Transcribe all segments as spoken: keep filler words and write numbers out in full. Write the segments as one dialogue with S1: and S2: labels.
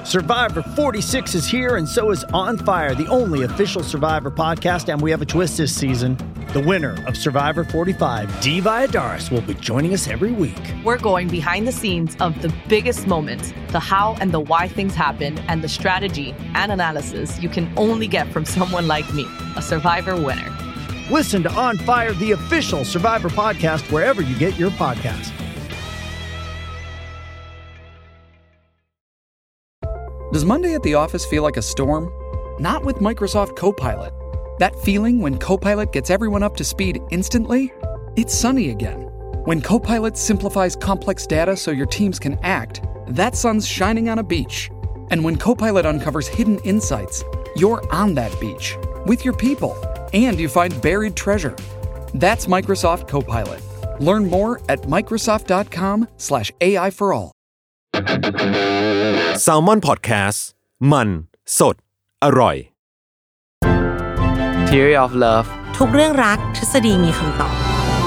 S1: Survivor forty-six is here, and so is On Fire, the only official Survivor podcast, and we have a twist this season. The winner of Survivor forty-five, Dee Valladares, will be joining us every week.
S2: We're going behind the scenes of the biggest moments, the how and the why things happen, and the strategy and analysis you can only get from someone like me, a Survivor winner.
S1: Listen to On Fire, the official Survivor podcast, wherever you get your podcasts.
S3: Does Monday at the office feel like a storm? Not with Microsoft Copilot. That feeling when Copilot gets everyone up to speed instantly? It's sunny again. When Copilot simplifies complex data so your teams can act, that sun's shining on a beach. And when Copilot uncovers hidden insights, you're on that beach with your people, and you find buried treasure. That's Microsoft Copilot. Learn more at microsoft.com slash AI for all.
S4: Salmon Podcast มันสดอร่อย
S5: Theory of Love
S6: ทุกเรื่องรักทฤษฎีมีคำตอบ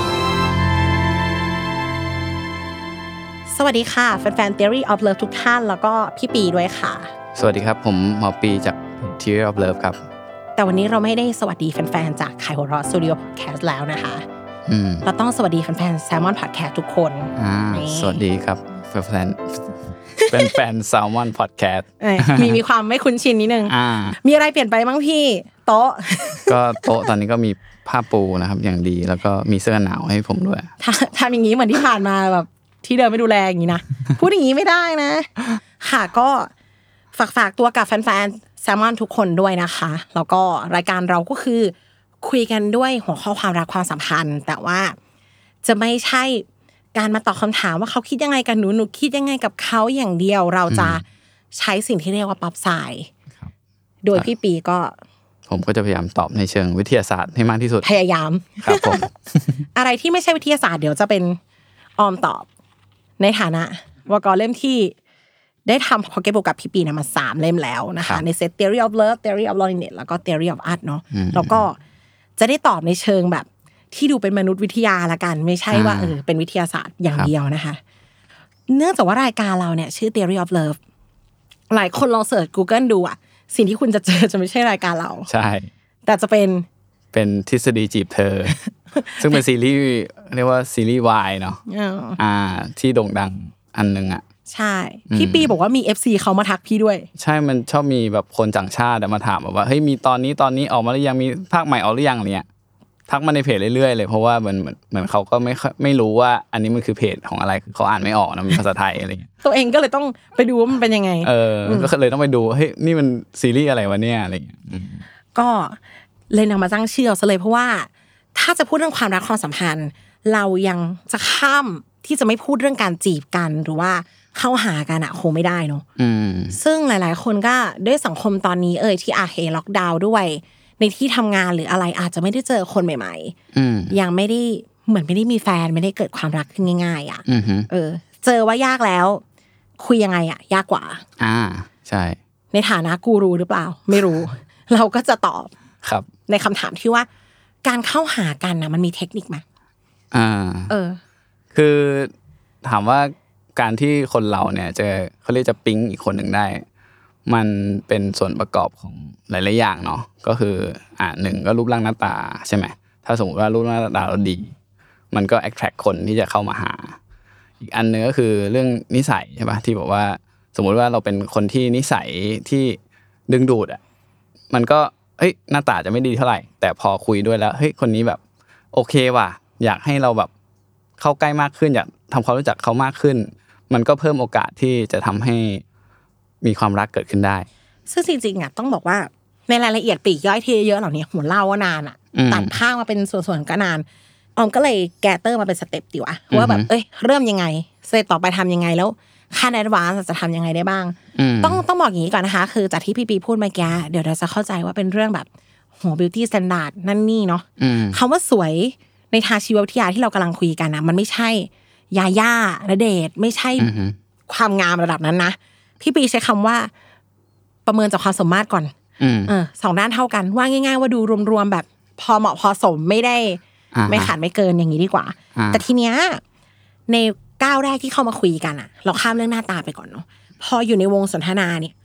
S6: สวัสดีค่ะแฟนๆ Theory of Love ทุกท่านแล้วก็พี่ปีด้วยค่ะ
S5: สวัสดีครับผมหมอปีจาก Theory of Love ครับ
S6: แต่วันนี้เราไม่ได้สวัสดีแฟนๆจากขายหัวเราะ Studio Podcast แล้วนะคะอืมเราต้องสวัสดีแฟนๆ Salmon Podcast ทุกคน
S5: อ่าสวัสดีครับแฟนเป็นแฟน Salmon Podcast
S6: มีมีความไม่คุ้นชินนิดนึงมีอะไรเปลี่ยนไปบ้างพี่โต๊ะ
S5: ก็โต๊ะตอนนี้ก็มีผ้าปูนะครับอย่างดีแล้วก็มีเสื้อหนาวให้ผมด้วย
S6: ทำอย่างนี้เหมือนที่ผ่านมาแบบที่เดิมไม่ดูแลอย่างนี้นะพูดอย่างนี้ไม่ได้นะค่ะก็ฝากฝากตัวกับแฟนๆ Salmon ทุกคนด้วยนะคะแล้วก็รายการเราก็คือคุยกันด้วยหัวข้อความรักความสัมพันธ์แต่ว่าจะไม่ใช่การมาตอบคำถามว่าเขาคิดยังไงกับหนูหนูคิดยังไงกับเขาอย่างเดียวเราจะใช้สิ่งที่เรียกว่าปั๊บสายโดยพี่ปีก็
S5: ผมก็จะพยายามตอบในเชิงวิทยาศาสตร์ให้มากที่สุด
S6: พยายาม
S5: ครับผม
S6: อะไรที่ไม่ใช่วิทยาศาสตร์เดี๋ยวจะเป็นออมตอบในฐานะวกเล่มที่ได้ทำพอเก็ตบุ๊กกับพี่ปีนะมาสามเล่มแล้วนะคะในเซต Theory of Love Theory of Loneliness แล้วก็ Theory of Art เนาะแล้วก็จะได้ตอบในเชิงแบบที่ดูเป็นมนุษยวิทยาละกันไม่ใช่ว่าเออเป็นวิทยาศาสตร์อย่างเดียวนะคะเนื่องจากว่ารายการเราเนี่ยชื่อ Theory of Love หลายคนลองเสิร์ช Google ดูอ่ะสิ่งที่คุณจะเจอจะไม่ใช่รายการเรา
S5: ใช่
S6: แต่จะเป็น
S5: เป็นทฤษฎีจีบเธอ ซึ่งเป็นซีรีส์เรียกว่าซีรีส์วายเนาะอ่าที่โด่งดังอันนึงอ่ะ
S6: ใช่พี่ปีบอกว่ามี เอฟ ซี เขามาทักพี่ด้วย
S5: ใช่มันชอบมีแบบคนต่างชาติมาถามว่าเฮ้ยมีตอนนี้ตอนนี้ออกมาหรือยังมีภาคใหม่ออกหรือยังเนี่ยทักมาในเพจเรื่อยๆเลยเพราะว่าเหมือนเหมือนเขาก็ไม่ไม่รู้ว่าอันนี้มันคือเพจของอะไรเขาอ่านไม่ออกนะมีภาษาไทยอะไรอย่างเงี้ย
S6: ตัวเองก็เลยต้องไปดูว่ามันเป็นยังไง
S5: เออก็เลยต้องไปดูเฮ้ยนี่มันซีรีส์อะไรวะเนี่ยอะไรอย่างเงี้ย
S6: ก็เลยนำมาตั้งชื่อเอาซะเลยเพราะว่าถ้าจะพูดเรื่องความรักความสัมพันธ์เรายังจะข้ามที่จะไม่พูดเรื่องการจีบกันหรือว่าเข้าหากันอะคงไม่ได้เนาะซึ่งหลายๆคนก็ด้วยสังคมตอนนี้เอ่ยที่อาเคล็อกดาวน์ด้วยในที่ทำงานหรืออะไรอาจจะไม่ได้เจอคนใหม่ๆยังไม่ได้เหมือนไม่ได้มีแฟนไม่ได้เกิดความรักขึ้นง่ายๆอ่ะเออเจอว่ายากแล้วคุยยังไงอ่ะยากกว่า
S5: อ่าใช่
S6: ในฐานะกูรูหรือเปล่าไม่รู้ เราก็จะตอบ
S5: ครับ
S6: ในคำถามที่ว่าการเข้าหากันนะมันมีเทคนิคไหม
S5: อ่า
S6: เออ
S5: คือถามว่าการที่คนเราเนี่ยจะเขาเรียกจะปิ๊งอีกคนหนึ่งได้มันเป็นส่วนประกอบของหลายๆอย่างเนาะก็คืออ่าหนึ่งก็รูปร่างหน้าตาใช่ไหมถ้าสมมติว่ารูปร่างหน้าตาเราดีมันก็ attract คนที่จะเข้ามาหาอีกอันนึงก็คือเรื่องนิสัยใช่ป่ะที่บอกว่าสมมุติว่าเราเป็นคนที่นิสัยที่ดึงดูดอ่ะมันก็เฮ้ยหน้าตาจะไม่ดีเท่าไหร่แต่พอคุยด้วยแล้วเฮ้ยคนนี้แบบโอเคว่ะอยากให้เราแบบเข้าใกล้มากขึ้นอยากทำความรู้จักเขามากขึ้นมันก็เพิ่มโอกาสที่จะทำให้มีความรักเกิดขึ้นได้
S6: ซึ่งจริงๆอ่ะต้องบอกว่าในรายละเอียดปลีกย่อยที่เยอะๆเหล่านี้หัวเล่าว่านานอ่ะตัดภาคมาเป็นส่วนๆก็นานออมก็เลยแกเตอร์มาเป็นสเต็ปดีว่าว่าแบบเอ้ยเริ่มยังไงสเต็ปต่อไปทำยังไงแล้วขั้นแอดวานซ์จะทำยังไงได้บ้างต้องต้องบอกอย่างนี้ก่อนนะคะคือจากที่พี่ปีพูดเมื่อกี้เดี๋ยวเราจะเข้าใจว่าเป็นเรื่องแบบโหบิวตี้สแตนดาร์ดนั่นนี่เนาะคำว่าสวยในทางชีววิทยาที่เรากำลังคุยกันนะมันไม่ใช่ยาย่าณเดชน์ไม่ใช่ความงามระดับนั้นนะพี่ปีใช้คำว่าประเมินจากความสมมาตรก่อนเออสองด้านเท่ากันว่าง่ายๆว่าดูรวมๆแบบพอเหมาะพอสมไม่ได้ไม่ขาดไม่เกินอย่างนี้ดีกว่าแต่ทีเนี้ยในก้าวแรกที่เข้ามาคุยกันอ่ะเราข้ามเรื่องหน้าตาไปก่อนเนาะพออยู่ในวงสนทนาเนี่ย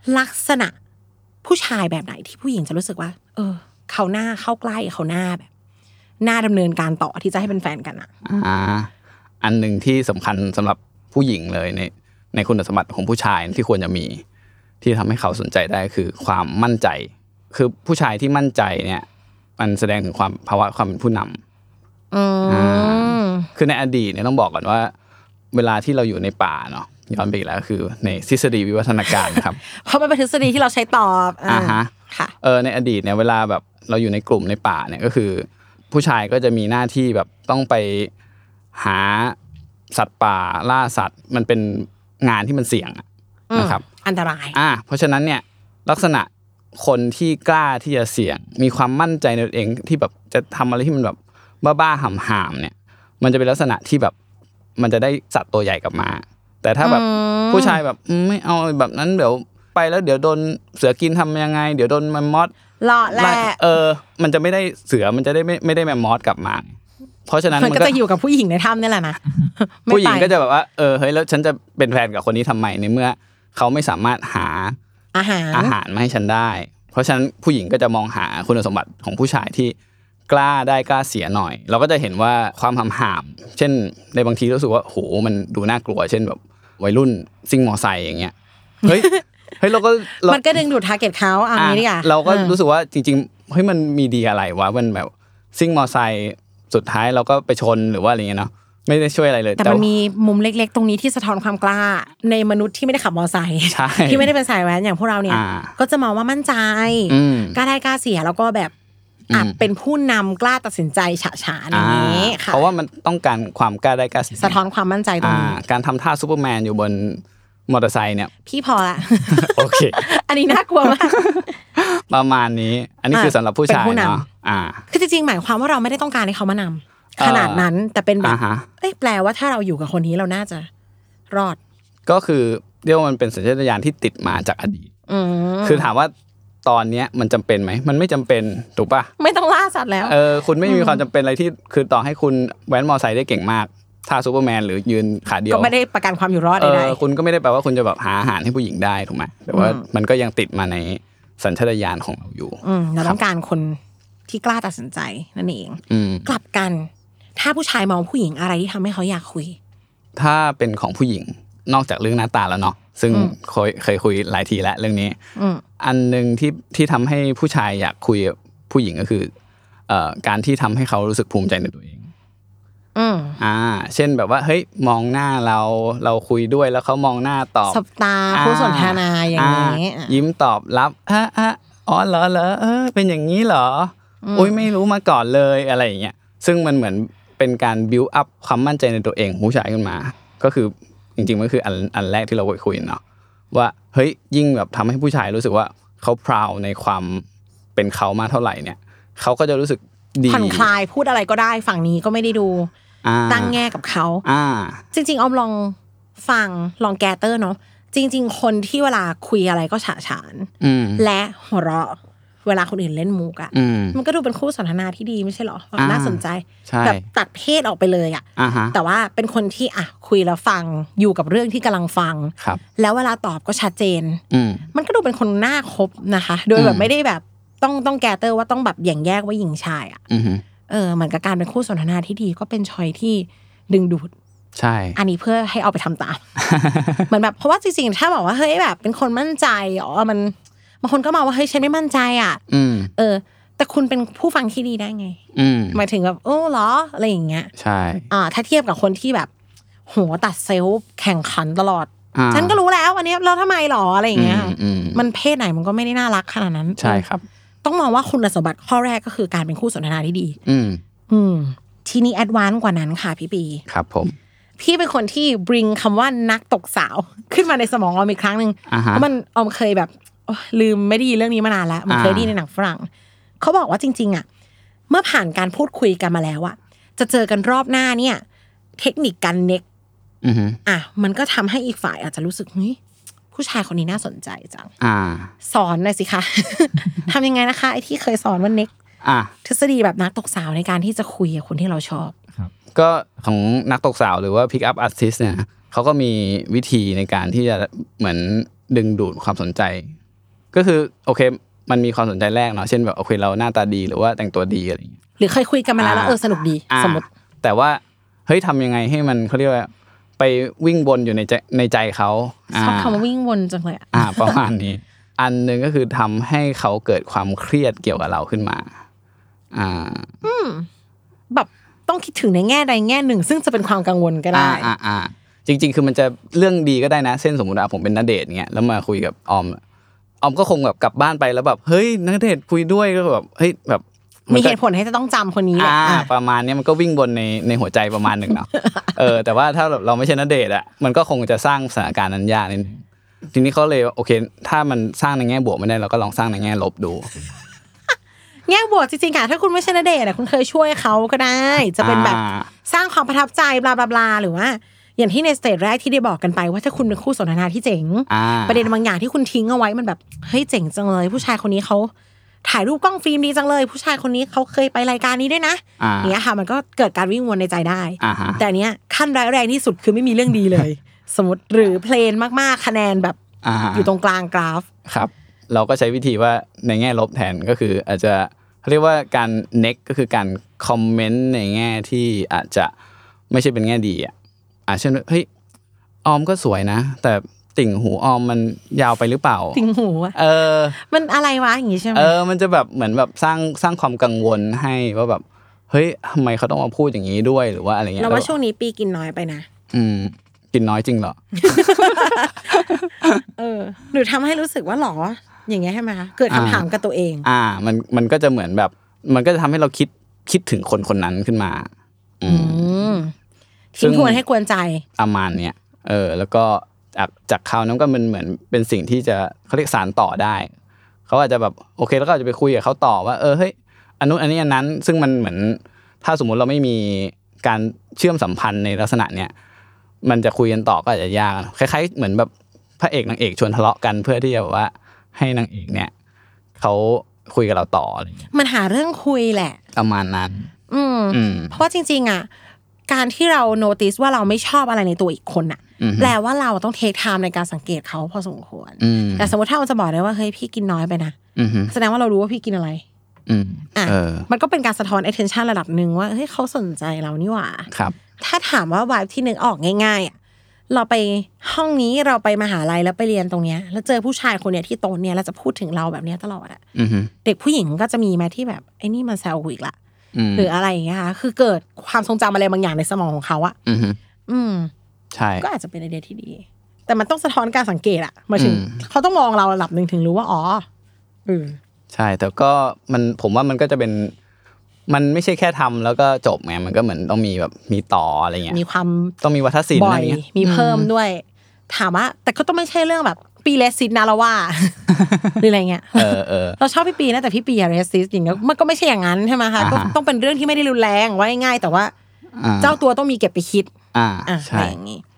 S6: ลักษณะผู้ชายแบบไหนที่ผู้หญิงจะรู้สึกว่าเออเขาหน้าเข้าใกล้เขาหน้าแบบหน้าดำเนินการต่อที่จะให้เป็นแฟนกันอ่ะ
S5: อ่าอันนึงที่สำคัญสำหรับผู้หญิงเลยในในคุณสมบัติของผู้ชายที่ควรจะมีที่ทำให้เขาสนใจได้คือความมั่นใจคือผู้ชายที่มั่นใจเนี่ยมันแสดงถึงความภาวะความเป็นผู้นำอืมคือในอดีตเนี่ยต้องบอกก่อนว่าเวลาที่เราอยู่ในป่าเนาะย้อนไปอีกแล้วคือในทฤษฎีวิวัฒนาการครับ
S6: เพราะมันเป็นทฤษฎีที่เราใช้ตอบ
S5: อ่าฮะค่ะเออในอดีตเนี่ยเวลาแบบเราอยู่ในกลุ่มในป่าเนี่ยก็คือผู้ชายก็จะมีหน้าที่แบบต้องไปหาสัตว์ป่าล่าสัตว์มันเป็นงานที่มันเสี่ยงนะครับ
S6: อันตราย
S5: อ่าเพราะฉะนั้นเนี่ยลักษณะคนที่กล้าที่จะเสี่ยงมีความมั่นใจในตัวเองที่แบบจะทำอะไรที่มันแบบบ้าๆห่ำๆเนี่ยมันจะเป็นลักษณะที่แบบมันจะได้สัตว์ตัวใหญ่กลับมาแต่ถ้าแบบผู้ชายแบบไม่เอาแบบนั้นเดี๋ยวไปแล้วเดี๋ยวโดนเสือกินทำยังไงเดี๋ยวโดนแมมมอส
S6: หล่อแหละ
S5: เออมันจะไม่ได้เสือมันจะได้ไม่ไม่ได้แมมมอสกลับมาเพราะฉะนั้น
S6: มันก็จะอยู่กับผู้หญิงในถ้ำนี่แหละนะ
S5: ผู้หญิงก็จะแบบว่าเออเฮ้ยแล้วฉันจะเป็นแฟนกับคนนี้ทำไมในเมื่อเขาไม่สามารถหา
S6: อาหาร
S5: อาหารมาให้ฉันได้เพราะฉะนั้นผู้หญิงก็จะมองหาคุณสมบัติของผู้ชายที่กล้าได้กล้าเสียหน่อยเราก็จะเห็นว่าความหำหามเช่นในบางทีรู้สึกว่าโหมันดูน่ากลัวเช่นแบบวัยรุ่นซิ่งมอไซค์อย่างเงี้ยเฮ้ยเฮ้ยเราก็
S6: มันก็ดึงดูดทาร์เก็ตเขาเอางี้ดีกว่า
S5: เราก็รู้สึกว่าจริงๆเฮ้ยมันมีดีอะไรวะมันแบบซิ่งมอไซค์สุดท้ายเราก็ไปชนหรือว่าอะไรเงี้ยเนาะไม่ได้ช่วยอะไรเลย
S6: แต่มันมีมุมเล็กๆตรงนี้ที่สะท้อนความกล้าในมนุษย์ที่ไม่ได้ขับมอไซค์ที่ไม่ได้เป็นสายแว้นอย่างพวกเราเนี่ยก็จะมองว่ามั่นใจกล้าได้กล้าเสียแล้วก็แบบอ่ะเป็นผู้นำกล้าตัดสินใจฉะฉานอย่างนี้ค่ะ
S5: เพราะว่ามันต้องการความกล้าได้กล้าเสีย
S6: สะท้อนความมั่นใจตรงนี้
S5: การทำท่าซูเปอร์แมนอยู่บนมอเตอร์ไซค์เนี่ย
S6: พี่พอละ
S5: โอเค
S6: อันนี้น่ากลัวมาก
S5: ประมาณนี้อันนี้คือสำหรับผู้ชายเนาะอ่า
S6: คือจริงๆหมายความว่าเราไม่ได้ต้องการให้เขามานำขนาดนั้นแต่เป็นแบบเอ้ยแปลว่าถ้าเราอยู่กับคนนี้เราน่าจะรอด
S5: ก็คือเรียกว่ามันเป็นสัญชาตญาณที่ติดมาจากอดีตคือถามว่าตอนนี้มันจำเป็นไหมมันไม่จำเป็นถูกป่ะ
S6: ไม่ต้องล่าสัตว์แล้ว
S5: เออคุณไม่มีความจำเป็นอะไรที่คือต่อให้คุณแว้นมอไซค์ได้เก่งมากท่าซูเปอร์แมนหรือยืนขาเดียว
S6: ก็ไม่ได้ประกันความอยู่รอดใด
S5: ๆคุณก็ไม่ได้แปลว่าคุณจะแบบหาอาหารให้ผู้หญิงได้ถูกไหมแต่ว่ามันก็ยังติดมาในสัญชาตญาณของเราอยู่
S6: เราต้องการคนที่กล้าตัดสินใจนั่นเองกลับกันถ้าผู้ชายมองผู้หญิงอะไรที่ทำให้เขาอยากคุย
S5: ถ้าเป็นของผู้หญิงนอกจากเรื่องหน้าตาแล้วเนาะซึ่งเคยเคยคุยหลายทีแล้วเรื่องนี้อันนึงที่ที่ทำให้ผู้ชายอยากคุยกับผู้หญิงก็คือเอ่อการที่ทำให้เขารู้สึกภูมิใจในตัวเองอ่าเช่นแบบว่าเฮ้ยมองหน้าเราเราคุยด้วยแล้วเขามองหน้าตอบ
S6: สบตาผู้สนทนาอย่างนี้
S5: ยิ้มตอบรับอ่ะอ่ะอ๋อเหรอเหรอเออเป็นอย่างนี้เหรอโอ๊ยไม่รู้มาก่อนเลยอะไรอย่างเงี้ยซึ่งมันเหมือนเป็นการบิวอัพความมั่นใจในตัวเองผู้ชายขึ้นมาก็คือจริงๆมันคืออันอันแรกที่เราคุยเนาะว่าเฮ้ยยิ่งแบบทำให้ผู้ชายรู้สึกว่าเขาพราวในความเป็นเขามากเท่าไหร่เนี่ยเขาก็จะรู้สึกดี
S6: ผ่อนคลายพูดอะไรก็ได้ฝั่งนี้ก็ไม่ได้ดูตั้งแง่กับเขาจริงๆออมลองฟังลองแกเตอร์เนาะจริงๆคนที่เวลาคุยอะไรก็ฉะฉานและหัวเราะเวลาคนอื่นเล่นมุกอ่ะมันก็ดูเป็นคู่สนทนาที่ดีไม่ใช่หรอแบบน่าสนใจแบบตัดเพศออกไปเลยอ่ะแต่ว่าเป็นคนที่อ่ะคุยแล้วฟังอยู่กับเรื่องที่กำลังฟังแล้วเวลาตอบก็ชัดเจนมันก็ดูเป็นคนน่าคบนะคะโดยแบบไม่ได้แบบต้องต้องแกเตอร์ว่าต้องแบบแยกแยกว่าหญิงชายอ่ะเออเหมือนกับการเป็นคู่สนทนาที่ดีก็เป็นชอยที่ดึงดูด
S5: ใช่
S6: อันนี้เพื่อให้เอาไปทำตามเหมือนแบบเพราะว่าจริงๆถ้าบอกว่าเฮ้ยแบบเป็นคนมั่นใจอ๋อมันบางคนก็มองว่าเฮ้ยฉันไม่มั่นใจอ่ะเออแต่คุณเป็นผู้ฟังที่ดีได้ไงหมายถึงแบบโอ้เหรออะไรอย่างเงี้ย
S5: ใช่
S6: อ่าถ้าเทียบกับคนที่แบบหัวตัดเซลล์แข่งขันตลอดฉันก็รู้แล้วอันนี้เราทำไมหรออะไรอย่างเงี้ยมันเพศไหนมันก็ไม่ได้น่ารักขนาดนั้น
S5: ใช่ครับ
S6: ต้องมองว่าคุณสมบัติข้อแรกก็คือการเป็นคู่สนทนาที่ดีอืมอืมทีนี้แอดวานซ์กว่านั้นค่ะพี่ปี
S5: ครับผม
S6: พี่เป็นคนที่ bring คำว่านักตกสาวขึ้นมาในสมองออมอีกครั้งนึงเพราะมันออมเคยแบบลืมไม่ได้ยินเรื่องนี้มานานแล้วมันเคยได้ยินในหนังฝรั่งเขาบอกว่าจริงๆอ่ะเมื่อผ่านการพูดคุยกันมาแล้วอ่ะจะเจอกันรอบหน้าเนี่ยเทคนิคการเน็กอ่ะมันก็ทำให้อีกฝ่ายอาจจะรู้สึกเฮ้ยผู้ชายคนนี้น่าสนใจจังสอนหน่อยสิคะทำยังไงนะคะไอ้ที่เคยสอนว่าเน็กทฤษฎีแบบนักตกสาวในการที่จะคุยกับคนที่เราชอบ
S5: ก็ของนักตกสาวหรือว่า pick up artist เนี่ยเขาก็มีวิธีในการที่จะเหมือนดึงดูดความสนใจก็คือโอเคมันมีความสนใจแรกเนาะเช่นแบบโอเคเราหน้าตาดีหรือว่าแต่งตัวดีอะไรอย่างเงี้ย
S6: หรือเคยคุยกันมาแล้วแล้วเออสนุกดีสมมติ
S5: แต่ว่าเฮ้ยทำยังไงให้มันเขาเรียกว่าไปวิ่งวนอยู่ในใจในใจเขา
S6: ชอบคำว่าวิ่งวนจังเลย
S5: อ่าประมาณนี้อันนึงก็คือทำให้เขาเกิดความเครียดเกี่ยวกับเราขึ้นมาอ่า
S6: อืมแบบต้องคิดถึงในแง่ใดแง่หนึ่งซึ่งจะเป็นความกังวลก็ได้
S5: อ่าอ่าจริงๆคือมันจะเรื่องดีก็ได้นะเช่นสมมุติว่าผมเป็นณเดชน์เงี้ยแล้วมาคุยกับออมออมก็คงแบบกลับบ้านไปแล้วแบบเฮ้ยณเดชน์คุยด้วยก็แบบเฮ้ยแบบ
S6: มีเหตุผลให้จะต้องจำคนนี้แหละ
S5: ประมาณนี้มันก็วิ่งบนในในหัวใจประมาณหนึ่งเนาะเออแต่ว่าถ้าเราไม่ใช่ณเดชน์อ่ะมันก็คงจะสร้างสถานการณ์นั้นยากนิดนึงทีนี้เขาเลยโอเคถ้ามันสร้างในแง่บวกไม่ได้เราก็ลองสร้างในแง่ลบดู
S6: แง่บวกจริงๆค่ะถ้าคุณไม่ใช่ณเดชน์คุณเคยช่วยเขาก็ได้จะเป็นแบบสร้างความประทับใจบลาบลาหรือว่าอย่างที่ในสเตจแรกที่ได้บอกกันไปว่าถ้าคุณเป็นคู่สนทนาที่เจ๋งประเด็นบางอย่างที่คุณทิ้งเอาไว้มันแบบเฮ้ยเจ๋งจังเลยผู้ชายคนนี้เขาถ่ายรูปกล้องฟิล์มดีจังเลยผู้ชายคนนี้เขาเคยไปรายการนี้ด้วยนะอย่างเงี้ยค่ะมันก็เกิดการวิ่งวนในใจได้แต่อันเนี้ยขั้นร้ายแรงที่สุดคือไม่มีเรื่องดีเลยสมมติหรือเพลนมากๆคะแนนแบบอยู่ตรงกลางกราฟ
S5: ครับเราก็ใช้วิธีว่าในแง่ลบแทนก็คืออาจจะเรียกว่าการเน็กก็คือการคอมเมนต์ในแง่ที่อาจจะไม่ใช่เป็นแง่ดีอ่ะอ่ะเช่นเฮ้ยออมก็สวยนะแต่ติ่งหูออมมันยาวไปหรือเปล่า
S6: ติ่งหู
S5: เออ
S6: มันอะไรวะอย่างงี้ใช่ไหม
S5: เออมันจะแบบเหมือนแบบสร้างสร้างความกังวลให้ว่าแบบเฮ้ยทำไมเขาต้องมาพูดอย่างนี้ด้วยหรือว่าอะไรเงี้ย
S6: เราว่าช่วงนี้ปีกินน้อยไปนะ
S5: อืมกินน้อยจริงเหรอ
S6: เออหรือทำให้รู้สึกว่าหรออย่างเงี้ยใช่ไหมคะเกิดคำถามกับตัวเอง
S5: อ่ามันมันก็จะเหมือนแบบมันก็จะทำให้เราคิดคิดถึงคนคนนั้นขึ้นมา
S6: อืมทิ้งทวนให้กวนใจ
S5: ประมาณเนี้ยเออแล้วก็จากจากคราวนั้นก็มันเหมือนเป็นสิ่งที่จะเขาเรียกสานต่อได้เขาอาจจะแบบโอเคแล้วก็อาจจะไปคุยกับเขาต่อว่าเออเฮ้ยอันนู้นอันนี้อันนั้นซึ่งมันเหมือนถ้าสมมุติเราไม่มีการเชื่อมสัมพันธ์ในลักษณะเนี้ยมันจะคุยกันต่อก็อาจจะยากคล้ายๆเหมือนแบบพระเอกนางเอกชวนทะเลาะกันเพื่อที่จะแบบว่าให้นางเอกเนี่ยเขาคุยกับเราต่ออะไรอย่างเงี้ย
S6: มันหาเรื่องคุยแหละ
S5: ประมาณนั้น
S6: อืมเพราะว่าจริงๆอ่ะการที่เราโนติสว่าเราไม่ชอบอะไรในตัวอีกคนน่ะแปลว่าเราต้องเทคไทม์ในการสังเกตเขาพอสมควรแต่สมมติถ้าเราจะบอกได้ว่าเฮ้ยพี่กินน้อยไปนะแสดงว่าเรารู้ว่าพี่กินอะไรอ่ะมันก็เป็นการสะท้อน attention ระดับนึงว่าเฮ้ยเขาสนใจเรานี่หว่า
S5: ครับ
S6: ถ้าถามว่า vibe ที่นึกออกง่ายๆอ่ะเราไปห้องนี้เราไปมหาลัยแล้วไปเรียนตรงเนี้ยแล้วเจอผู้ชายคนเนี้ยที่โต๊ะเนี้ยแล้วจะพูดถึงเราแบบเนี้ยตลอดอ่ะเด็กผู้หญิงก็จะมีมาที่แบบไอ้นี่มันแซวกูอีกละหรืออะไรอย่างเงี้ยค่ะคือเกิดความทรงจำอะไรบางอย่างในสมองของเขาอ่ะอืม
S5: ใช่
S6: ก็อาจจะเป็นไอเดียที่ดีแต่มันต้องสะท้อนการสังเกตอ่ะมาถึงเขาต้องมองเราระดับนึงถึงรู้ว่าอ๋อเออ
S5: ใช่แต่ก็มันผมว่ามันก็จะเป็นมันไม่ใช่แค่ทำแล้วก็จบไงมันก็เหมือนต้องมีแบบมีต่ออะไรเงี้ย
S6: มีความ
S5: ต้องมีวัฒนศิลป์อะไรเงี้ย
S6: มีเพิ่มด้วยถามว่าแต่ก็ต้องไม่ใช่เรื่องแบบปีเรสซิสนะเราว่าหรืออะไรเงี้ย
S5: เออเออ
S6: เราชอบพี่ปีนะแต่พี่ปีอะเรสซิสอย่างเงี้ยมันก็ไม่ใช่อย่างนั้นใช่ไหมคะก็ต้องเป็นเรื่องที่ไม่ได้รุนแรงว่าง่ายแต่ว่าเจ้าตัวต้องมีเก็บไปคิด
S5: อ่าใช่
S6: อย่างงี้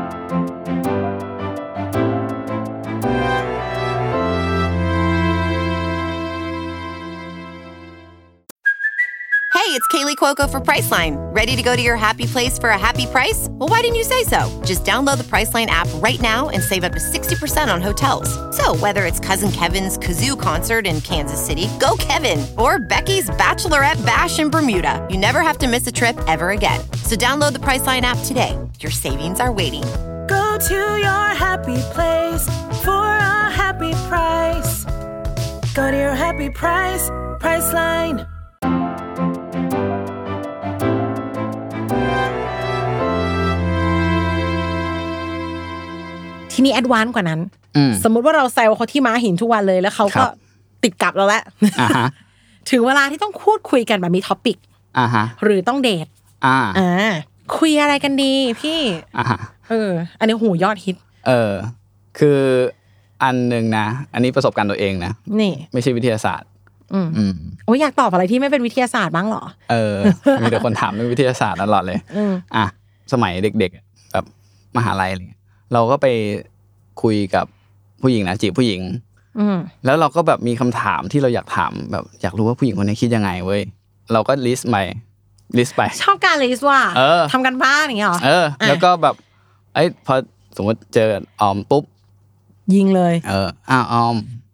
S7: Hey, it's Kaylee Cuoco for Priceline. Ready to go to your happy place for a happy price? Well, why didn't you say so? Just download the Priceline app right now and save up to sixty percent on hotels. So whether it's Cousin Kevin's Kazoo Concert in Kansas City, go Kevin, or Becky's Bachelorette Bash in Bermuda, you never have to miss a trip ever again. So download the Priceline app today. Your savings are waiting.
S8: Go to your happy place for a happy price. Go to your happy price, Priceline.
S6: ทีนี้แอดวานซ์กว่านั้นสมมุติว่าเราแซวเขาที่ม้าหินทุกวันเลยแล้วเขาก็ติดกับเราแล้วถึงเวลาที่ต้องพูดคุยกันแบบมีท็อปิกหรือต้องเดทอ่าคุยอะไรกันดีพี่เอออันนี้หูยอดฮิต
S5: เออคืออันนึงนะอันนี้ประสบการณ์ตัวเองนะ
S6: นี่
S5: ไม่ใช่วิทยาศาสตร์
S6: อืมอืมโอ้ยอยากตอบอะไรที่ไม่เป็นวิทยาศาสตร์บ้างเหรอ
S5: เออมีแต่คนถามเรื่องวิทยาศาสตร์ตลอดเลยอ่ะสมัยเด็กๆแบบมหาลัยอะไรเงี้ยเราก็ไปคุยกับผู้หญิงนะจีบผู้หญิงแล้วเราก็แบบมีคำถามที่เราอยากถามแบบอยากรู้ว่าผู้หญิงคนนี้คิดยังไงเว้ยเราก็ลิสต์ไปลิสต์ไป
S6: ชอบการลิสต์ว่าทำกันบ้านอย่างเงี้ยหรอ
S5: เออแล้วก็แบบไอ้พอสมมติเจอออมปุ๊บ
S6: ยิงเลย
S5: เอออ้าวออม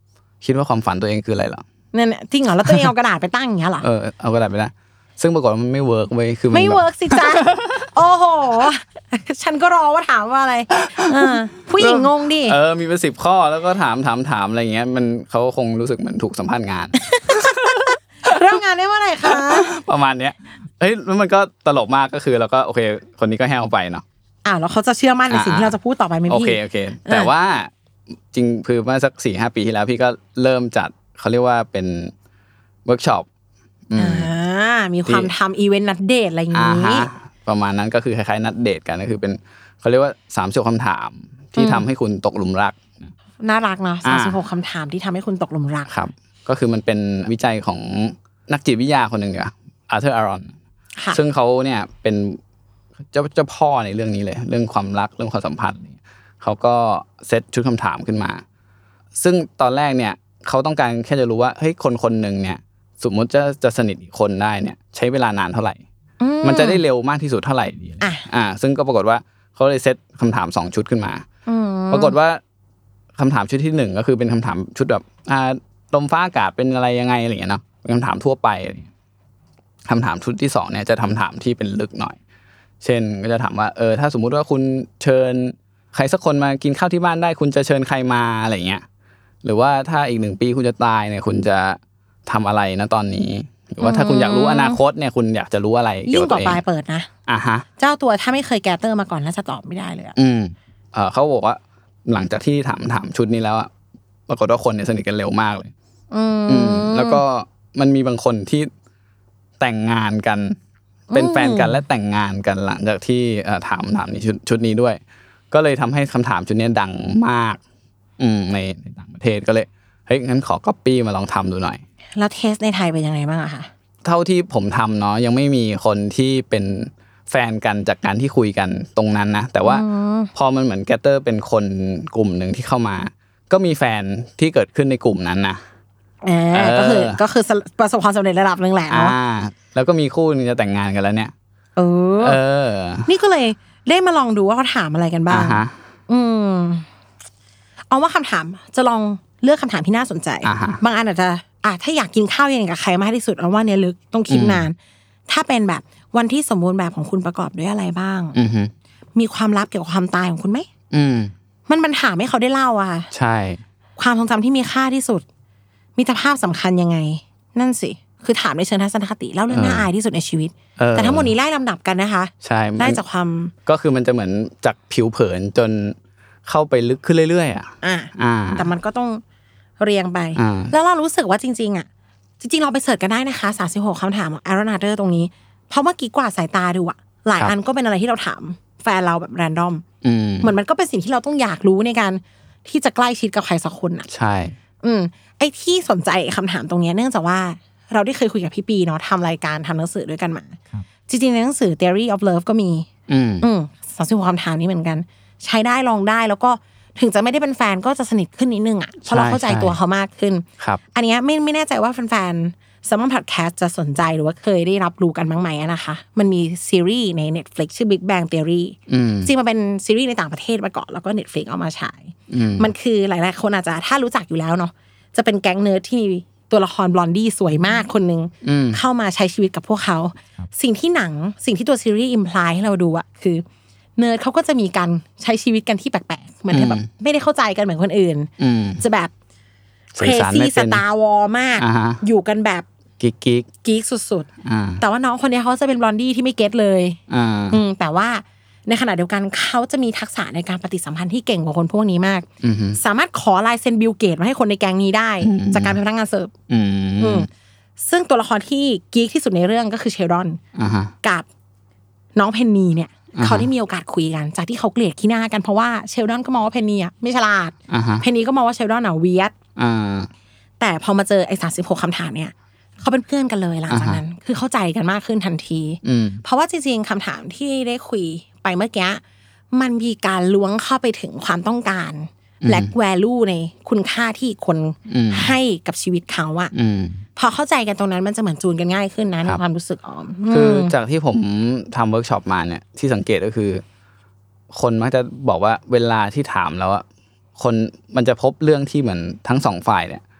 S5: คิดว่าความฝันตัวเองคืออะไรหรอ
S6: นั่นจริงเหรอแล้วตัวเองเอากระดาษไปตั้งอย่างเงี้ยเหรอ
S5: เออเอากระดาษไปนะซึ่งปรากฏว่ามันไม่เวิร์กเว้ยคือ
S6: ไม่เวิร์กสิจ๊ะโอ้โหฉันก็รอว่าถามว่าอะไรเออผู้หญิงงงดิ
S5: เออมีเป็นสิบข้อแล้วก็ถามถามถามอะไรอย่างเงี้ยมันเขาคงรู้สึกเหมือนถูกสัมภาษณ์งาน
S6: เริ่มงานได้เมื่อไหร่คะ
S5: ประมาณเนี้ยเฮ้ยแล้วมันก็ตลกมากก็คือเราก็โอเคคนนี้ก็แห้วไปเนาะ
S6: อ้าวแล้วเขาจะเชื่อมั่นในสิ่งที่เราจะพูดต่อไปมั้ยพี่
S5: โอเคโอเคแต่ว่าจริงคือเมื่อสัก สี่ห้า ปีที่แล้วพี่ก็เริ่มจัดเขาเรียกว่าเป็นเวิร์คช็อป
S6: อ่ามีความทำอีเวนต์นัดเดทอะไรอย่างงี้
S5: ประมาณนั้นก็คือคล้ายๆนัดเดทกันก็คือเป็นเขาเรียกว่าสามสิบหกคำถามที่ทำให้คุณตกหลุมรัก
S6: น่ารักเนาะสามสิบหกคำถามที่ทำให้คุณตกหลุมรัก
S5: ครับก็คือมันเป็นวิจัยของนักจิตวิทยาคนหนึ่งเนี่ยอาร์เธอร์อารอนซึ่งเขาเนี่ยเป็นเจ้าเจ้าพ่อในเรื่องนี้เลยเรื่องความรักเรื่องความสัมพันธ์เขาก็เซตชุดคำถามขึ้นมาซึ่งตอนแรกเนี่ยเขาต้องการแค่จะรู้ว่าเฮ้ยคนคนหนึ่งเนี่ยสมมติจะจะสนิทอีกคนได้เนี่ยใช้เวลานานเท่าไหร่มันจะได้เร็วมากที่สุดเท่าไหร่ดีอ่าซึ่งก็ปรากฏว่าเขาเลยเซตคำถามสองชุดขึ้นมาปรากฏว่าคำถามชุดที่หนึ่งก็คือเป็นคำถามชุดแบบอ่าลมฟ้าอากาศเป็นอะไรยังไงอะไรอย่างเงี้ยเนาะเป็นคำถามทั่วไปคำถามชุดที่สองเนี่ยจะคำถามที่เป็นลึกหน่อยเช่นก็จะถามว่าเออถ้าสมมุติว่าคุณเชิญใครสักคนมากินข้าวที่บ้านได้คุณจะเชิญใครมาอะไรเงี้ยหรือว่าถ้าอีกหนึ่งปีคุณจะตายเนี่ยคุณจะทำอะไรนะตอนนี้หรือว่าถ้าคุณอยากรู้อนาคตเนี่ยคุณอยากจะรู้อะไร
S6: เกี่ยวกับตัวเองยิ่งกว่าปลายเปิดนะ
S5: อ่ะฮะ
S6: เจ้าตัวถ้าไม่เคยแกเตอร์มาก่อนน่าจะตอบไม่ได้เลย
S5: อืมเออเขาบอกว่าหลังจากที่ถามถามชุดนี้แล้วอะปรากฏว่าคนเนี่ยสนิทกันเร็วมากเลย
S6: อืม
S5: แล้วก็มันมีบางคนที่แต่งงานกันเป็นแฟนกันและแต่งงานกันหลังจากที่ถามถามในชุดชุดนี้ด้วยก็เลยทำให้คำถามชุดนี้ดังมากอืมในในต่างประเทศก็เลยเฮ้ยงั้นขอก๊อปปี้มาลองทำดูหน่อย
S6: แล้วเทสในไทยเป็นยังไงบ้างอะคะ
S5: เท่าที่ผมทำเนาะยังไม่มีคนที่เป็นแฟนกันจากการที่คุยกันตรงนั้นนะแต่ว่าพอมันเหมือนแกตเตอร์เป็นคนกลุ่มหนึ่งที่เข้ามาก็มีแฟนที่เกิดขึ้นในกลุ่มนั้นนะ
S6: เออก็คือก็คือประสบความสำเร็จระดับนึงแหละเนาะ
S5: แล้วก็มีคู่นึงจะแต่งงานกันแล้วเนี่ย
S6: เออ
S5: เออ
S6: นี่ก็เลยได้มาลองดูว่าเขาถามอะไรกันบ้างอืมเอาว่าคำถามจะลองเลือกคำถามที่น่าสนใจบางอันอาจจะอ่ะถ้าอยากกินข้าวเย็นกับใครมากที่สุดเอาว่าเนี่ยลึกต้องคิดนานถ้าเป็นแบบวันที่สมบูรณ์แบบของคุณประกอบด้วยอะไรบ้างมีความลับเกี่ยวกับความตายของคุณไหมมันมันถามให้เขาได้เล่าอ่ะ
S5: ใช่
S6: ความทรงจำที่มีค่าที่สุดมิตรภาพสำคัญยังไงนั่นสิคือถามในเชิงทัศนคติเล่าเรื่องน่าอายที่สุดในชีวิตแต่ทั้งหมดนี้ไล่ลำดับกันนะคะ
S5: ใช่
S6: ไล่จากความ
S5: ก็คือมันจะเหมือนจากผิวเผินจนเข้าไปลึกขึ้นเรื่อยๆอ่ะ
S6: อ่าแต่มันก็ต้องเรียงไปแล้วเรารู้สึกว่าจริงๆอ่ะจริงๆเราไปเสิร์ชกันได้นะคะสามสิบหกคำถามของ Aaron Adler ตรงนี้เพราะเมื่อกี้กวาดสายตาดูอ่ะหลายอันก็เป็นอะไรที่เราถามแฟนเราแบบแรนดอมเหมือนมันก็เป็นสิ่งที่เราต้องอยากรู้ในการที่จะใกล้ชิดกับใครสักคนอ่ะ
S5: ใช่
S6: อืมไอ้ที่สนใจคำถามตรงนี้เนื่องจากว่าเราได้เคยคุยกับพี่ปีเนาะทำรายการทำหนังสือด้วยกันมาจริงๆในหนังสือ Theory of Love ก็มี
S5: อืม
S6: อืมสามสิบหกคำถามนี้เหมือนกันใช้ได้ลองได้แล้วก็ถึงจะไม่ได้เป็นแฟนก็จะสนิทขึ้นนิดนึงอ่ะเพราะเราเข้าใจตัวเขามากขึ้นอันนี้ไม่ไม่แน่ใจว่าแฟนๆ Salmon Podcast จะสนใจหรือว่าเคยได้รับรู้กันบ้างไหมนะคะมันมีซีรีส์ใน Netflix ชื่อ Big Bang Theory จริงมันเป็นซีรีส์ในต่างประเทศมาก่อนแล้วก็ Netflix เอามาฉายมันคือหลายๆคนอาจจะถ้ารู้จักอยู่แล้วเนาะจะเป็นแก๊งเนิร์ดที่มีตัวละครบลอนดี้สวยมากคนนึงเข้ามาใช้ชีวิตกับพวกเขาสิ่งที่หนังสิ่งที่ตัวซีรีส์อิมพลายให้เราดูอะคือเนิร์ดเขาก็จะมีการใช้ชีวิตกันที่แปลกๆเหมือนแบบไม่ได้เข้าใจกันเหมือนคนอื่นจะแบบเครซี่สตาร์วอร์มากอยู่กันแบบ
S5: กิ๊กกิ๊ก
S6: กิ๊กสุดๆแต่ว่าน้องคนนี้เขาจะเป็นบลอนดี้ที่ไม่เก็ตเลยแต่ว่าในขณะเดียวกันเขาจะมีทักษะในการปฏิสัมพันธ์ที่เก่งกว่าคนพวกนี้มากสามารถขอลายเซ็นบิลเกตมาให้คนในแก๊งนี้ได้จากการเป็นพนักงานเสิร์ฟซึ่งตัวละครที่กิ๊กที่สุดในเรื่องก็คือเชลดอนกับน้องเพนนีเนี่ยเขาได้มีโอกาสคุยกันจากที่เขาเกลียดขี้หน้ากันเพราะว่าเชลดอนก็มองว่าเพนนีอ่ะไม่ฉลาดเพนนีก็มองว่าเชลดอนอ่ะเวียดแต่พอมาเจอไอ้สามสิบหกคำถามเนี่ยเขาเป็นเพื่อนกันเลยหลังจากนั้นคือเข้าใจกันมากขึ้นทันทีเพราะว่าจริงๆคำถามที่ได้คุยไปเมื่อกี้มันมีการล้วงเข้าไปถึงความต้องการและ value ในคุณค่าที่คนให้กับชีวิตเขาอะพอเข้าใจกันตรงนั้นมันจะเหมือนจูนกันง่ายขึ้นนะในความรู้สึกออม
S5: คือจากที่ผมทำเวิร์กช็อปมาเนี่ยที่สังเกตก็คือคนมักจะบอกว่าเวลาที่ถามแล้วอะคนมันจะพบเรื่องที่เหมือนทั้งสองฝ่ายเนี่ย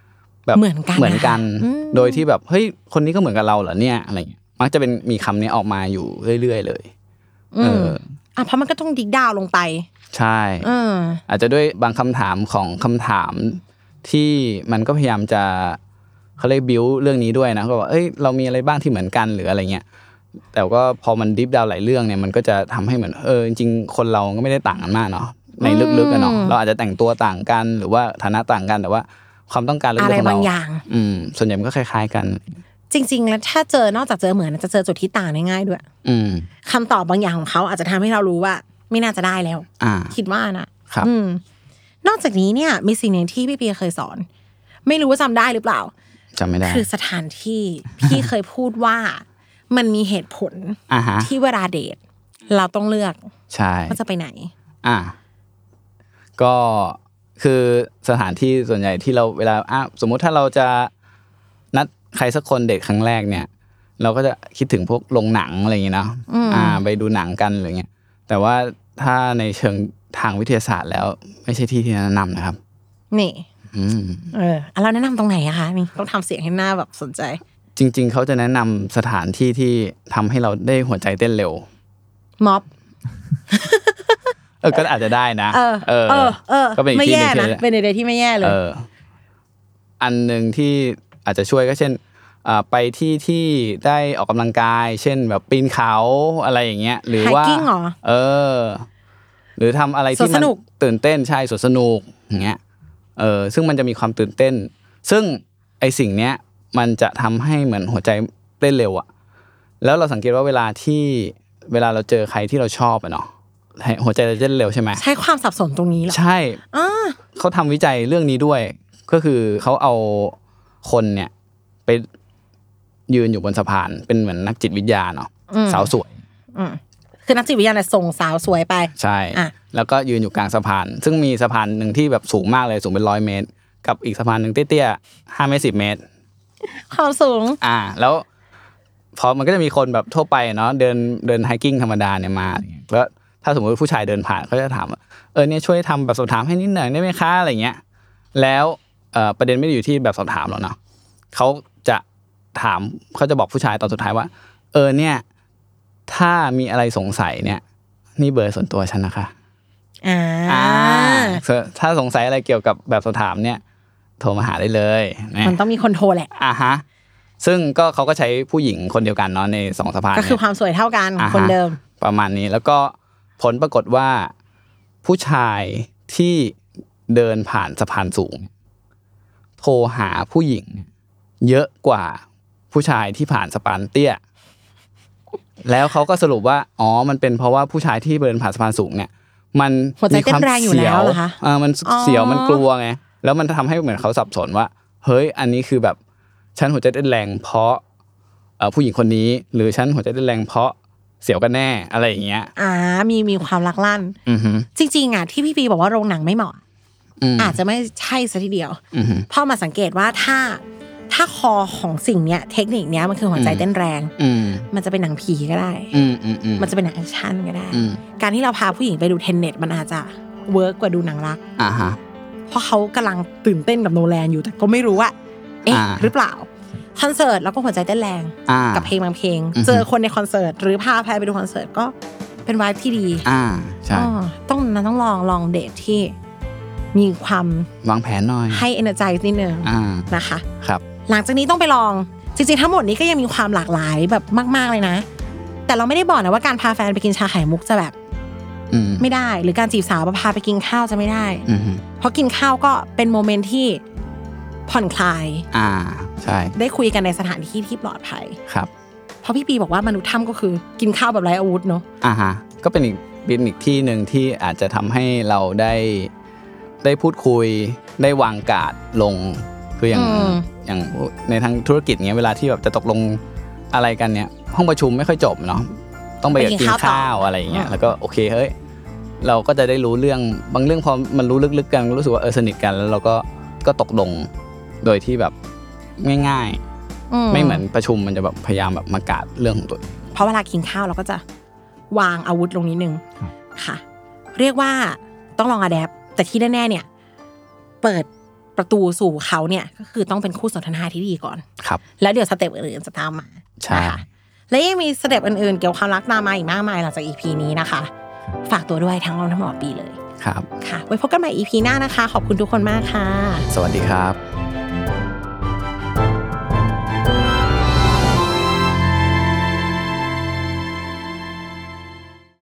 S5: แบบ
S6: เหมือนกัน
S5: เหมือนกันโดยที่แบบเฮ้ยคนนี้ก็เหมือนกับเราเหรอเนี่ยอะไรเงี้ยมักจะเป็นมีคำนี้ออกมาอยู่เรื่อยๆเลยเออ
S6: อ่ะเพราะมันก็ต้องดิกดาวลงไป
S5: ใช่อาจจะด้วยบางคำถามของคำถามที่มันก็พยายามจะเขาเรียกบิวเรื่องนี้ด้วยนะก็ว่าเอ้ยเรามีอะไรบ้างที่เหมือนกันหรืออะไรเงี้ยแต่ก็พอมันดิฟดาวหลายเรื่องเนี่ยมันก็จะทำให้เหมือนเออจริงๆคนเราก็ไม่ได้ต่างกันมากเนาะในลึกๆกันเนาะเราอาจจะแต่งตัวต่างกันหรือว่าฐานะต่างกันแต่ว่าความต้องการเรื่องของเราอืมส่วนใหญ่มันก็คล้ายๆกัน
S6: จริงๆแล้วถ้าเจอนอกจากเจอเหมือนจะเจอจุดที่ต่างง่ายๆด้วยคำตอบบางอย่างของเขาอาจจะทำให้เรารู้ว่าไม่น่าจะได้แล้วคิดว่านะครับนอกจากนี้เนี่ยมีสิ่งหนึ่งที่พี่ปีเคยสอนไม่รู้ว่าจำได้หรือเปล่า
S5: จำไม่ได้
S6: คือสถานที่พี่เคยพูดว่ามันมีเหตุผลที่เวลาเดทเราต้องเลือก
S5: ใช่
S6: ว่าจะไปไหน
S5: อ่าก็คือสถานที่ส่วนใหญ่ที่เราเวลาอ่ะสมมุติถ้าเราจะนัดใครสักคนเดทครั้งแรกเนี่ยเราก็จะคิดถึงพวกโรงหนังอะไรอย่างเงี้ยเนาะอ่าไปดูหนังกันอะไรเงี้ยแต่ว่าถ้าในเชิงทางวิทยาศาสตร์แล้วไม่ใช่ที่ที่แนะนำนะครับ
S6: นี่เออเราแนะนำตรงไหนอะคะนี่ต้องทำเสียงให้หน้าแบบสนใจ
S5: จริงๆเขาจะแนะนำสถานที่ที่ทำให้เราได้หัวใจเต้นเร็ว
S6: ม็อบ
S5: เออก็อาจจะได้นะ
S6: เออเออเออ
S5: ก็เป็นอีกที่นึง
S6: เป็นไอเดียที่ไม่แย่เลย
S5: เอออันนึงที่อาจจะช่วยก็เช่นอ่าไปที่ที่ได้ออกกำลังกายเช่นแบบปีนเขาอะไรอย่างเงี้ยหรือว่าเออหรือทำอะไรที่มันตื่นเต้นใช่สวนสนุกอย่างเงี้ยเออซึ่งมันจะมีความตื่นเต้นซึ่งไอสิ่งเนี้ยมันจะทำให้เหมือนหัวใจเต้นเร็วอะแล้วเราสังเกตว่าเวลาที่เวลาเราเจอใครที่เราชอบอะเนาะหัวใจจะเต้นเร็วใช่ไหม
S6: ใช่ความสับสนตรงนี้เหรอ
S5: ใช่เขาทำวิจัยเรื่องนี้ด้วยก็คือเขาเอาคนเนี่ยไปยืนอยู่บนสะพานเป็นเหมือนนักจิตวิทยาเนาะสาวสวย
S6: คือนักจิตวิทยาเนี่ยส่งสาวสวยไป
S5: ใช่แล้วก็ยืนอยู่กลางสะพานซึ่งมีสะพานหนึ่งที่แบบสูงมากเลยสูงเป็นร้อยเมตรกับอีกสะพานหนึ่งเตี้ยๆห้าเมตรสิบเมตร
S6: ความสูง
S5: อ่าแล้วพอมันก็จะมีคนแบบทั่วไปเนาะเดินเดินไฮกิ้งธรรมดาเนี่ยมาแล้วถ้าสมมติผู้ชายเดินผ่านเขาจะถามเออเนี่ยช่วยทำแบบสอบถามให้นิดหน่อยได้ไหมคะอะไรเงี้ยแล้วเอ่อประเด็นไม่ได้อยู่ที่แบบสอบถามหรอกเนาะเขาจะถามเขาจะบอกผู้ชายตอนสุดท้ายว่าเออเนี่ยถ้ามีอะไรสงสัยเนี่ยนี่เบอร์ส่วนตัวฉันนะคะ
S6: อ่า
S5: ถ้าสงสัยอะไรเกี่ยวกับแบบสอบถามเนี่ยโทรมาหาได้เลย
S6: มันต้องมีคนโทรแหละ
S5: อ่าฮะซึ่งก็เขาก็ใช้ผู้หญิงคนเดียวกันเนาะในสองสะพาน
S6: ก็คือความสวยเท่ากันคนเดิม
S5: ประมาณนี้แล้วก็ผลปรากฏว่าผู้ชายที่เดินผ่านสะพานสูงโทรหาผู้หญิงเยอะกว่าผู้ชายที่ผ่านสะพานเตี้ยแล้วเขาก็สรุปว่าอ๋อมันเป็นเพราะว่าผู้ชายที่เดินผ่านสะพานสูงเนี่ยมัน
S6: มีความเสียว
S5: อ่ามันเสียวมันกลัวไงแล้วมันทำให้เหมือนเขาสับสนว่าเฮ้ยอันนี้คือแบบฉันหัวใจเต้นแรงเพราะเอ่อผู้หญิงคนนี้หรือฉันหัวใจเต้นแรงเพราะเสียวกันแน่อะไรอย่างเงี้ย
S6: อ่ามีมีความลักลั่นจริงๆอ่ะที่พี่ปีบอกว่าโรงหนังไม่เหมาะอาจจะไม่ใช่ซะทีเดียวเพราะมาสังเกตว่าถ้าถ้าคอของสิ่งเนี้ยเทคนิคเนี้ยมันคือหัวใจเต้นแรงมันจะเป็นหนังผีก็ได้มันจะเป็นหนังแอคชั่นก็ได้การที่เราพาผู้หญิงไปดูเทนเน็ตมันอาจจะเวิร์กกว่าดูหนังรัก
S5: อ่าฮะ
S6: เพราะเขากำลังตื่นเต้นกับโนแลนอยู่แต่ก็ไม่รู้ว่าเอ๊ะหรือเปล่าคอนเสิร์ตแล้วก็หัวใจเต้นแรงกับเพลงบางเพลงเจอคนในคอนเสิร์ตหรือพาแพรไปดูคอนเสิร์ตก็เป็นไวบ์ที่ดี
S5: อ่าใช่
S6: ต้องนั้นต้องลองลองเดทที่มีความ
S5: วางแผนหน่อย
S6: ให้ energize นิดนึงนะคะ
S5: ครับ
S6: หลังจากนี้ต้องไปลองจริงๆทั้งหมดนี้ก็ยังมีความหลากหลายแบบมากๆเลยนะแต่เราไม่ได้บอกนะว่าการพาแฟนไปกินชาไข่มุกจะแบบไม่ได้หรือการจีบสาวพาไปกินข้าวจะไม่ได้เพราะกินข้าวก็เป็นโมเมนต์ที่ผ่อนคลาย
S5: อ่าใช่
S6: ได้คุยกันในสถานที่ที่ปลอดภัย
S5: ครับ
S6: เพราะพี่ปีบอกว่ามนุษย์ถ้ำก็คือกินข้าวแบบไร้อาวุธเนาะ
S5: อ่าฮะก็เป็นอีกเป็นอีกที่นึงที่อาจจะทำให้เราได้ได้พูดคุยได้วางการ์ดลงคืออย่างอย่างในทางธุรกิจเงี้ยเวลาที่แบบจะตกลงอะไรกันเนี่ยห้องประชุมไม่ค่อยจบเนาะต้องไปกินข้าวอะไรอย่างเงี้ยแล้วก็โอเคเฮ้ยเราก็จะได้รู้เรื่องบางเรื่องพอมันรู้ลึกๆกันรู้สึกว่าเออสนิทกันแล้วเราก็ก็ตกลงโดยที่แบบง่ายๆไม่เหมือนประชุมมันจะแบบพยายามแบบมากาดเรื่องของตัว
S6: เพราะเวลากินข้าวเราก็จะวางอาวุธลงนิดนึงค่ะเรียกว่าต้องลองอะแดปแต่ที่แน่ๆเนี่ยเปิดประตูสู่เขาเนี่ยก็คือต้องเป็นคู่สนทนาที่ดีก่อน
S5: ครับ
S6: แล้วเดี๋ยวสเต็ปอื่นๆจะตามมา
S5: ใช่
S6: และยังมีสเต็ปอื่นๆเกี่ยวกับความรักตามมาอีกมากมายหลังจาก อี พี นี้นะคะฝากตัวด้วยทั้งออมทั้งหมอปีเลย
S5: ครับ
S6: ค่ะไว้พบกันใหม่ อี พี หน้านะคะขอบคุณทุกคนมากค่ะ
S5: สวัสดีครับ